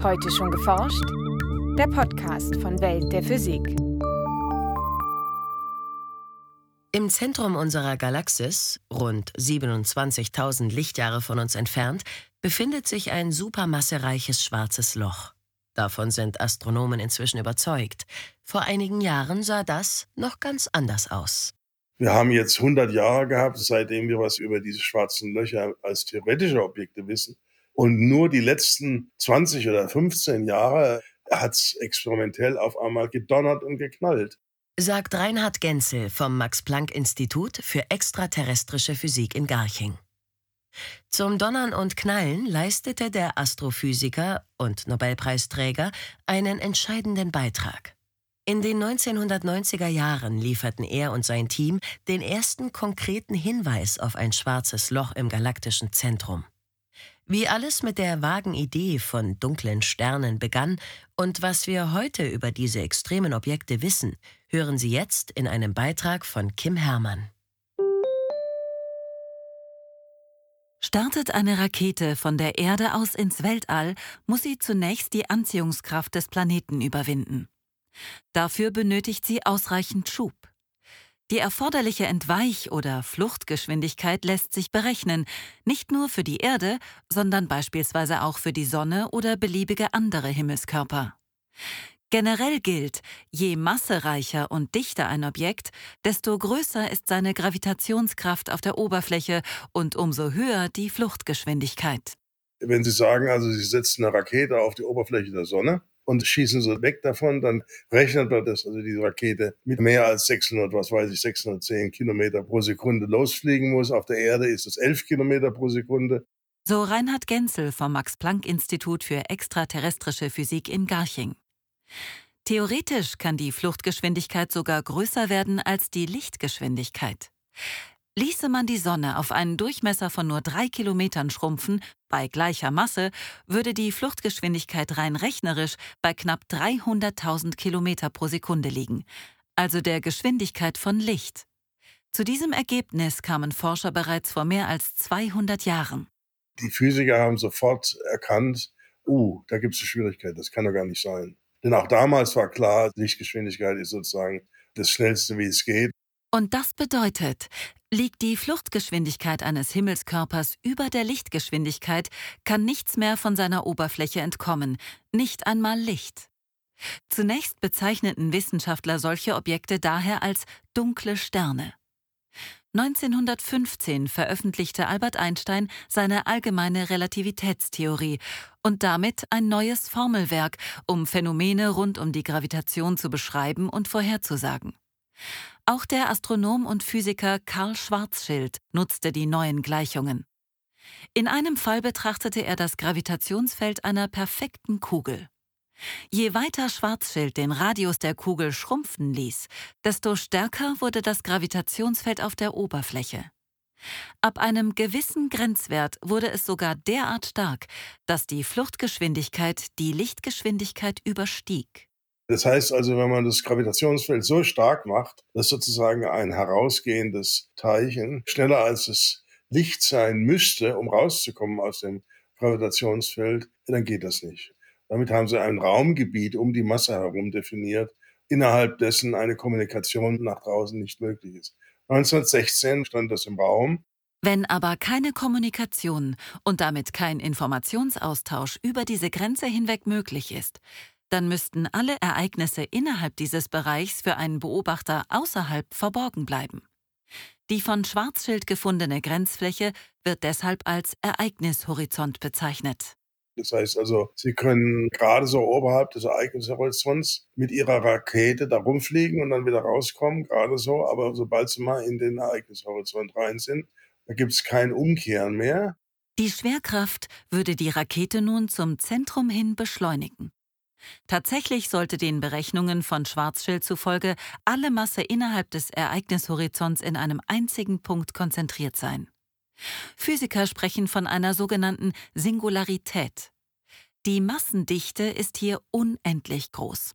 Heute schon geforscht? Der Podcast von Welt der Physik. Im Zentrum unserer Galaxis, rund 27.000 Lichtjahre von uns entfernt, befindet sich ein supermassereiches schwarzes Loch. Davon sind Astronomen inzwischen überzeugt. Vor einigen Jahren sah das noch ganz anders aus. Wir haben jetzt 100 Jahre gehabt, seitdem wir was über diese schwarzen Löcher als theoretische Objekte wissen. Und nur die letzten 20 oder 15 Jahre hat es experimentell auf einmal gedonnert und geknallt. Sagt Reinhard Genzel vom Max-Planck-Institut für extraterrestrische Physik in Garching. Zum Donnern und Knallen leistete der Astrophysiker und Nobelpreisträger einen entscheidenden Beitrag. In den 1990er Jahren lieferten er und sein Team den ersten konkreten Hinweis auf ein schwarzes Loch im galaktischen Zentrum. Wie alles mit der vagen Idee von dunklen Sternen begann und was wir heute über diese extremen Objekte wissen, hören Sie jetzt in einem Beitrag von Kim Herrmann. Startet eine Rakete von der Erde aus ins Weltall, muss sie zunächst die Anziehungskraft des Planeten überwinden. Dafür benötigt sie ausreichend Schub. Die erforderliche Entweich- oder Fluchtgeschwindigkeit lässt sich berechnen, nicht nur für die Erde, sondern beispielsweise auch für die Sonne oder beliebige andere Himmelskörper. Generell gilt, je massereicher und dichter ein Objekt, desto größer ist seine Gravitationskraft auf der Oberfläche und umso höher die Fluchtgeschwindigkeit. Wenn Sie sagen, also Sie setzen eine Rakete auf die Oberfläche der Sonne und schießen sie weg davon, dann rechnet man das, also diese Rakete mit mehr als 610 Kilometer pro Sekunde losfliegen muss. Auf der Erde ist es 11 Kilometer pro Sekunde. So Reinhard Genzel vom Max-Planck-Institut für extraterrestrische Physik in Garching. Theoretisch kann die Fluchtgeschwindigkeit sogar größer werden als die Lichtgeschwindigkeit. Ließe man die Sonne auf einen Durchmesser von nur 3 Kilometern schrumpfen, bei gleicher Masse, würde die Fluchtgeschwindigkeit rein rechnerisch bei knapp 300.000 Kilometer pro Sekunde liegen, also der Geschwindigkeit von Licht. Zu diesem Ergebnis kamen Forscher bereits vor mehr als 200 Jahren. Die Physiker haben sofort erkannt, da gibt es eine Schwierigkeit, das kann doch gar nicht sein. Denn auch damals war klar, Lichtgeschwindigkeit ist sozusagen das Schnellste, wie es geht. Und das bedeutet, liegt die Fluchtgeschwindigkeit eines Himmelskörpers über der Lichtgeschwindigkeit, kann nichts mehr von seiner Oberfläche entkommen, nicht einmal Licht. Zunächst bezeichneten Wissenschaftler solche Objekte daher als dunkle Sterne. 1915 veröffentlichte Albert Einstein seine allgemeine Relativitätstheorie und damit ein neues Formelwerk, um Phänomene rund um die Gravitation zu beschreiben und vorherzusagen. Auch der Astronom und Physiker Karl Schwarzschild nutzte die neuen Gleichungen. In einem Fall betrachtete er das Gravitationsfeld einer perfekten Kugel. Je weiter Schwarzschild den Radius der Kugel schrumpfen ließ, desto stärker wurde das Gravitationsfeld auf der Oberfläche. Ab einem gewissen Grenzwert wurde es sogar derart stark, dass die Fluchtgeschwindigkeit die Lichtgeschwindigkeit überstieg. Das heißt also, wenn man das Gravitationsfeld so stark macht, dass sozusagen ein herausgehendes Teilchen schneller als das Licht sein müsste, um rauszukommen aus dem Gravitationsfeld, dann geht das nicht. Damit haben sie ein Raumgebiet um die Masse herum definiert, innerhalb dessen eine Kommunikation nach draußen nicht möglich ist. 1916 stand das im Raum. Wenn aber keine Kommunikation und damit kein Informationsaustausch über diese Grenze hinweg möglich ist, dann müssten alle Ereignisse innerhalb dieses Bereichs für einen Beobachter außerhalb verborgen bleiben. Die von Schwarzschild gefundene Grenzfläche wird deshalb als Ereignishorizont bezeichnet. Das heißt also, Sie können gerade so oberhalb des Ereignishorizonts mit Ihrer Rakete da rumfliegen und dann wieder rauskommen, gerade so, aber sobald Sie mal in den Ereignishorizont rein sind, da gibt es kein Umkehren mehr. Die Schwerkraft würde die Rakete nun zum Zentrum hin beschleunigen. Tatsächlich sollte den Berechnungen von Schwarzschild zufolge alle Masse innerhalb des Ereignishorizonts in einem einzigen Punkt konzentriert sein. Physiker sprechen von einer sogenannten Singularität. Die Massendichte ist hier unendlich groß.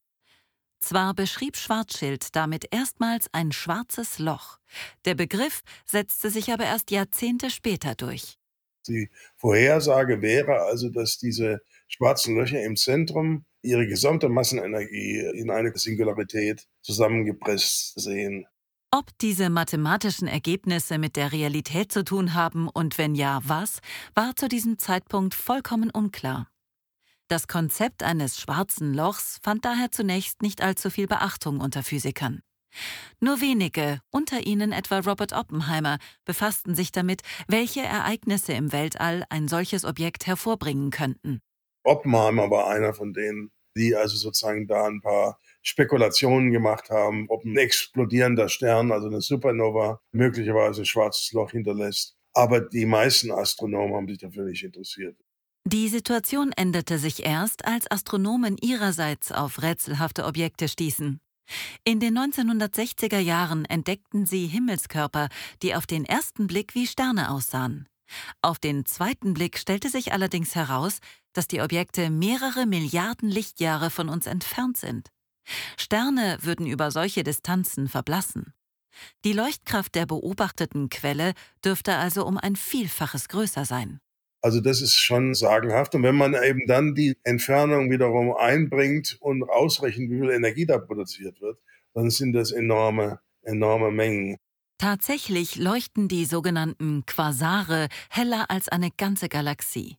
Zwar beschrieb Schwarzschild damit erstmals ein schwarzes Loch, der Begriff setzte sich aber erst Jahrzehnte später durch. Die Vorhersage wäre also, dass diese schwarzen Löcher im Zentrum ihre gesamte Massenenergie in eine Singularität zusammengepresst sehen. Ob diese mathematischen Ergebnisse mit der Realität zu tun haben und wenn ja, was, war zu diesem Zeitpunkt vollkommen unklar. Das Konzept eines schwarzen Lochs fand daher zunächst nicht allzu viel Beachtung unter Physikern. Nur wenige, unter ihnen etwa Robert Oppenheimer, befassten sich damit, welche Ereignisse im Weltall ein solches Objekt hervorbringen könnten. Oppenheimer war einer von denen, die also sozusagen da ein paar Spekulationen gemacht haben, ob ein explodierender Stern, also eine Supernova, möglicherweise ein schwarzes Loch hinterlässt. Aber die meisten Astronomen haben sich dafür nicht interessiert. Die Situation änderte sich erst, als Astronomen ihrerseits auf rätselhafte Objekte stießen. In den 1960er Jahren entdeckten sie Himmelskörper, die auf den ersten Blick wie Sterne aussahen. Auf den zweiten Blick stellte sich allerdings heraus, dass die Objekte mehrere Milliarden Lichtjahre von uns entfernt sind. Sterne würden über solche Distanzen verblassen. Die Leuchtkraft der beobachteten Quelle dürfte also um ein Vielfaches größer sein. Also das ist schon sagenhaft. Und wenn man eben dann die Entfernung wiederum einbringt und ausrechnet, wie viel Energie da produziert wird, dann sind das enorme Mengen. Tatsächlich leuchten die sogenannten Quasare heller als eine ganze Galaxie.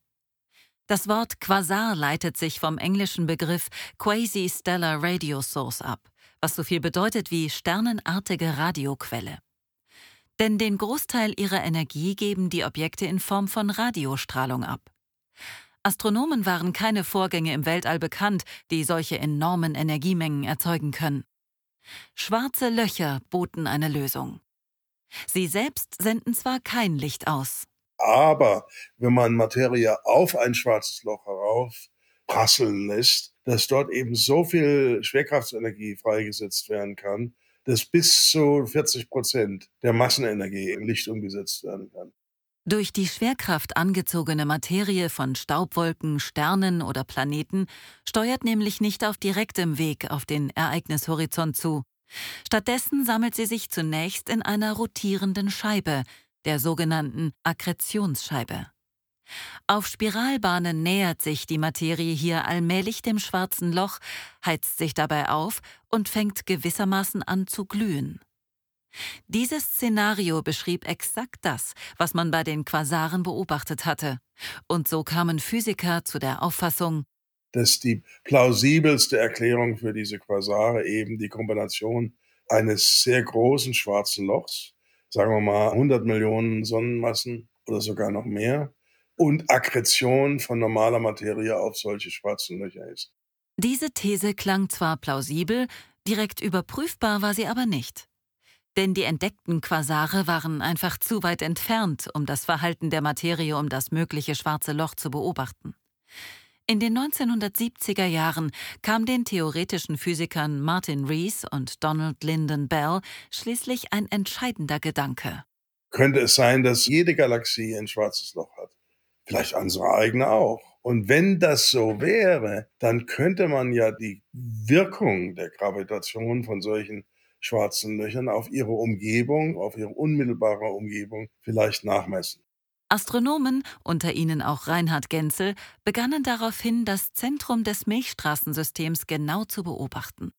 Das Wort Quasar leitet sich vom englischen Begriff Quasi-Stellar Radio Source ab, was so viel bedeutet wie sternenartige Radioquelle. Denn den Großteil ihrer Energie geben die Objekte in Form von Radiostrahlung ab. Astronomen waren keine Vorgänge im Weltall bekannt, die solche enormen Energiemengen erzeugen können. Schwarze Löcher boten eine Lösung. Sie selbst senden zwar kein Licht aus. Aber wenn man Materie auf ein schwarzes Loch heraufprasseln lässt, dass dort eben so viel Schwerkraftsenergie freigesetzt werden kann, dass bis zu 40% der Massenenergie in Licht umgesetzt werden kann. Durch die Schwerkraft angezogene Materie von Staubwolken, Sternen oder Planeten steuert nämlich nicht auf direktem Weg auf den Ereignishorizont zu. Stattdessen sammelt sie sich zunächst in einer rotierenden Scheibe, der sogenannten Akkretionsscheibe. Auf Spiralbahnen nähert sich die Materie hier allmählich dem schwarzen Loch, heizt sich dabei auf und fängt gewissermaßen an zu glühen. Dieses Szenario beschrieb exakt das, was man bei den Quasaren beobachtet hatte. Und so kamen Physiker zu der Auffassung, dass die plausibelste Erklärung für diese Quasare eben die Kombination eines sehr großen schwarzen Lochs, sagen wir mal 100 Millionen Sonnenmassen oder sogar noch mehr, und Akkretion von normaler Materie auf solche schwarzen Löcher ist. Diese These klang zwar plausibel, direkt überprüfbar war sie aber nicht. Denn die entdeckten Quasare waren einfach zu weit entfernt, um das Verhalten der Materie um das mögliche schwarze Loch zu beobachten. In den 1970er Jahren kam den theoretischen Physikern Martin Rees und Donald Lyndon Bell schließlich ein entscheidender Gedanke. Könnte es sein, dass jede Galaxie ein schwarzes Loch hat? Vielleicht unsere eigene auch. Und wenn das so wäre, dann könnte man ja die Wirkung der Gravitation von solchen schwarzen Löchern auf ihre Umgebung, auf ihre unmittelbare Umgebung vielleicht nachmessen. Astronomen, unter ihnen auch Reinhard Genzel, begannen daraufhin, das Zentrum des Milchstraßensystems genau zu beobachten.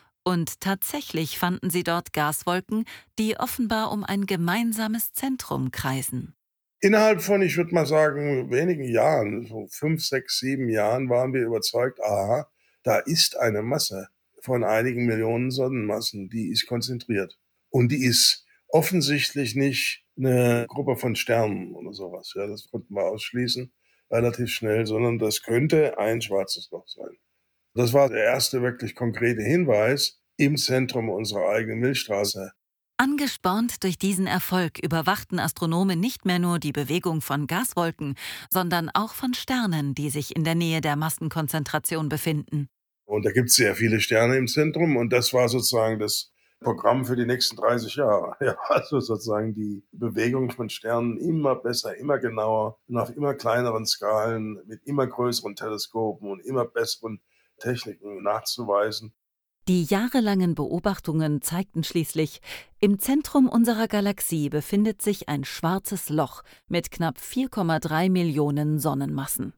Und tatsächlich fanden sie dort Gaswolken, die offenbar um ein gemeinsames Zentrum kreisen. Innerhalb von, ich würde mal sagen, wenigen Jahren, so 5, 6, 7 Jahren, waren wir überzeugt, aha, da ist eine Masse von einigen Millionen Sonnenmassen, die ist konzentriert. Und die ist offensichtlich nicht eine Gruppe von Sternen oder sowas. Ja, das konnten wir ausschließen, relativ schnell, sondern das könnte ein schwarzes Loch sein. Das war der erste wirklich konkrete Hinweis im Zentrum unserer eigenen Milchstraße. Angespornt durch diesen Erfolg überwachten Astronomen nicht mehr nur die Bewegung von Gaswolken, sondern auch von Sternen, die sich in der Nähe der Massenkonzentration befinden. Und da gibt es sehr viele Sterne im Zentrum und das war sozusagen das Programm für die nächsten 30 Jahre. Ja, also sozusagen die Bewegung von Sternen immer besser, immer genauer und auf immer kleineren Skalen mit immer größeren Teleskopen und immer besseren Techniken nachzuweisen. Die jahrelangen Beobachtungen zeigten schließlich, im Zentrum unserer Galaxie befindet sich ein schwarzes Loch mit knapp 4,3 Millionen Sonnenmassen.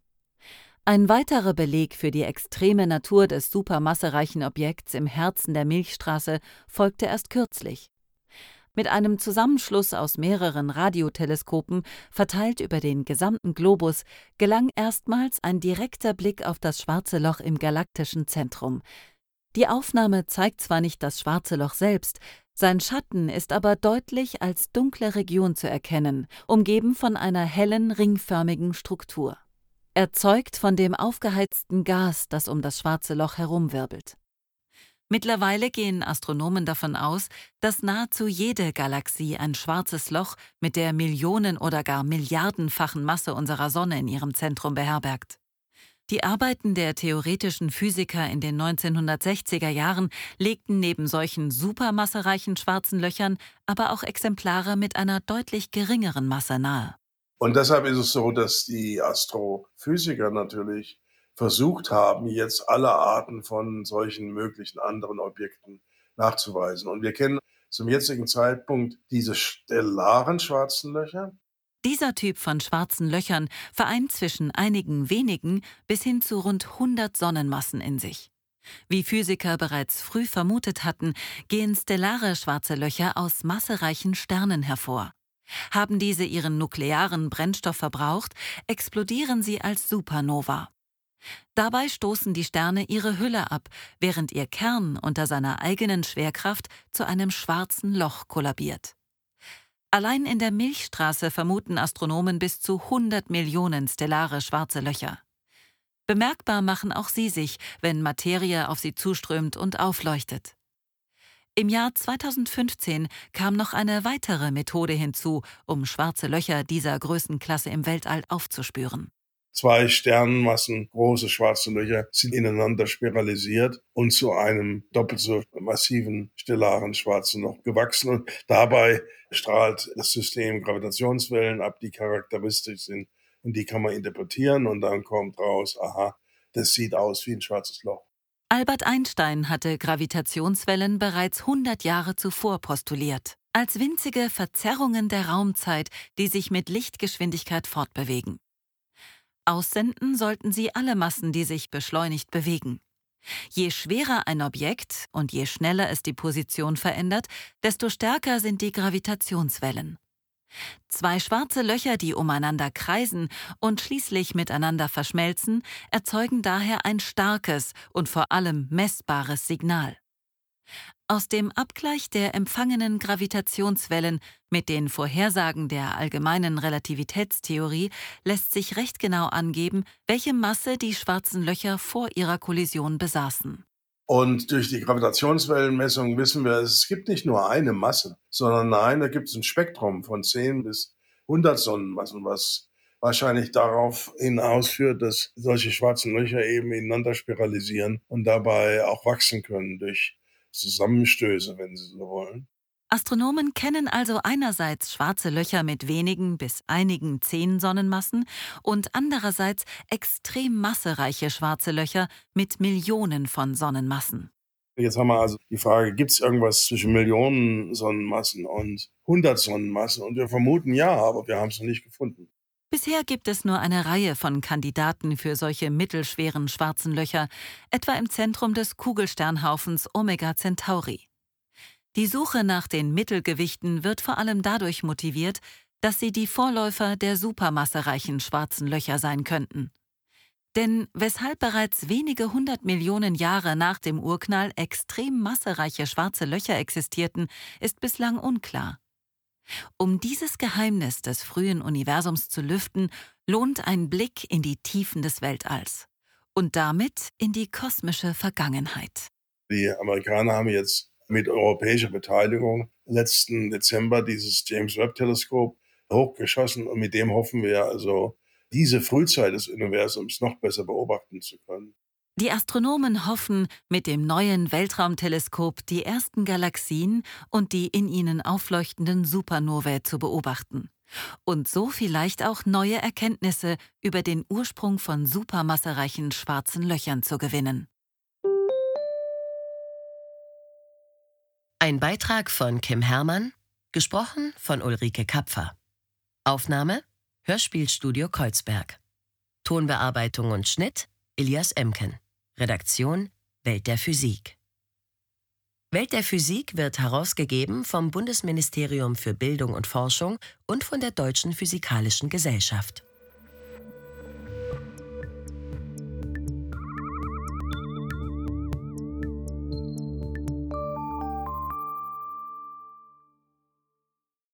Ein weiterer Beleg für die extreme Natur des supermassereichen Objekts im Herzen der Milchstraße folgte erst kürzlich. Mit einem Zusammenschluss aus mehreren Radioteleskopen, verteilt über den gesamten Globus, gelang erstmals ein direkter Blick auf das schwarze Loch im galaktischen Zentrum. Die Aufnahme zeigt zwar nicht das schwarze Loch selbst, sein Schatten ist aber deutlich als dunkle Region zu erkennen, umgeben von einer hellen, ringförmigen Struktur. Erzeugt von dem aufgeheizten Gas, das um das schwarze Loch herumwirbelt. Mittlerweile gehen Astronomen davon aus, dass nahezu jede Galaxie ein schwarzes Loch mit der Millionen- oder gar milliardenfachen Masse unserer Sonne in ihrem Zentrum beherbergt. Die Arbeiten der theoretischen Physiker in den 1960er Jahren legten neben solchen supermassereichen schwarzen Löchern aber auch Exemplare mit einer deutlich geringeren Masse nahe. Und deshalb ist es so, dass die Astrophysiker natürlich versucht haben, jetzt alle Arten von solchen möglichen anderen Objekten nachzuweisen. Und wir kennen zum jetzigen Zeitpunkt diese stellaren schwarzen Löcher. Dieser Typ von schwarzen Löchern vereint zwischen einigen wenigen bis hin zu rund 100 Sonnenmassen in sich. Wie Physiker bereits früh vermutet hatten, gehen stellare schwarze Löcher aus massereichen Sternen hervor. Haben diese ihren nuklearen Brennstoff verbraucht, explodieren sie als Supernova. Dabei stoßen die Sterne ihre Hülle ab, während ihr Kern unter seiner eigenen Schwerkraft zu einem schwarzen Loch kollabiert. Allein in der Milchstraße vermuten Astronomen bis zu 100 Millionen stellare schwarze Löcher. Bemerkbar machen auch sie sich, wenn Materie auf sie zuströmt und aufleuchtet. Im Jahr 2015 kam noch eine weitere Methode hinzu, um schwarze Löcher dieser Größenklasse im Weltall aufzuspüren. 2 Sternenmassen, große schwarze Löcher, sind ineinander spiralisiert und zu einem doppelt so massiven stellaren schwarzen Loch gewachsen. Und dabei strahlt das System Gravitationswellen ab, die charakteristisch sind. Und die kann man interpretieren und dann kommt raus, aha, das sieht aus wie ein schwarzes Loch. Albert Einstein hatte Gravitationswellen bereits 100 Jahre zuvor postuliert, als winzige Verzerrungen der Raumzeit, die sich mit Lichtgeschwindigkeit fortbewegen. Aussenden sollten sie alle Massen, die sich beschleunigt bewegen. Je schwerer ein Objekt und je schneller es die Position verändert, desto stärker sind die Gravitationswellen. 2 schwarze Löcher, die umeinander kreisen und schließlich miteinander verschmelzen, erzeugen daher ein starkes und vor allem messbares Signal. Aus dem Abgleich der empfangenen Gravitationswellen mit den Vorhersagen der allgemeinen Relativitätstheorie lässt sich recht genau angeben, welche Masse die schwarzen Löcher vor ihrer Kollision besaßen. Und durch die Gravitationswellenmessung wissen wir, es gibt nicht nur eine Masse, sondern nein, da gibt es ein Spektrum von 10 bis 100 Sonnenmassen, was wahrscheinlich darauf hinausführt, dass solche schwarzen Löcher eben ineinander spiralisieren und dabei auch wachsen können durch Zusammenstöße, wenn Sie so wollen. Astronomen kennen also einerseits schwarze Löcher mit wenigen bis einigen 10 Sonnenmassen und andererseits extrem massereiche schwarze Löcher mit Millionen von Sonnenmassen. Jetzt haben wir also die Frage, gibt es irgendwas zwischen Millionen Sonnenmassen und 100 Sonnenmassen? Und wir vermuten ja, aber wir haben es noch nicht gefunden. Bisher gibt es nur eine Reihe von Kandidaten für solche mittelschweren schwarzen Löcher, etwa im Zentrum des Kugelsternhaufens Omega Centauri. Die Suche nach den Mittelgewichten wird vor allem dadurch motiviert, dass sie die Vorläufer der supermassereichen schwarzen Löcher sein könnten. Denn weshalb bereits wenige 100 Millionen Jahre nach dem Urknall extrem massereiche schwarze Löcher existierten, ist bislang unklar. Um dieses Geheimnis des frühen Universums zu lüften, lohnt ein Blick in die Tiefen des Weltalls und damit in die kosmische Vergangenheit. Die Amerikaner haben jetzt mit europäischer Beteiligung letzten Dezember dieses James-Webb-Teleskop hochgeschossen und mit dem hoffen wir also, diese Frühzeit des Universums noch besser beobachten zu können. Die Astronomen hoffen, mit dem neuen Weltraumteleskop die ersten Galaxien und die in ihnen aufleuchtenden Supernovae zu beobachten und so vielleicht auch neue Erkenntnisse über den Ursprung von supermassereichen schwarzen Löchern zu gewinnen. Ein Beitrag von Kim Herrmann, gesprochen von Ulrike Kapfer. Aufnahme: Hörspielstudio Kreuzberg. Tonbearbeitung und Schnitt: Elias Emken. Redaktion: Welt der Physik. Welt der Physik wird herausgegeben vom Bundesministerium für Bildung und Forschung und von der Deutschen Physikalischen Gesellschaft.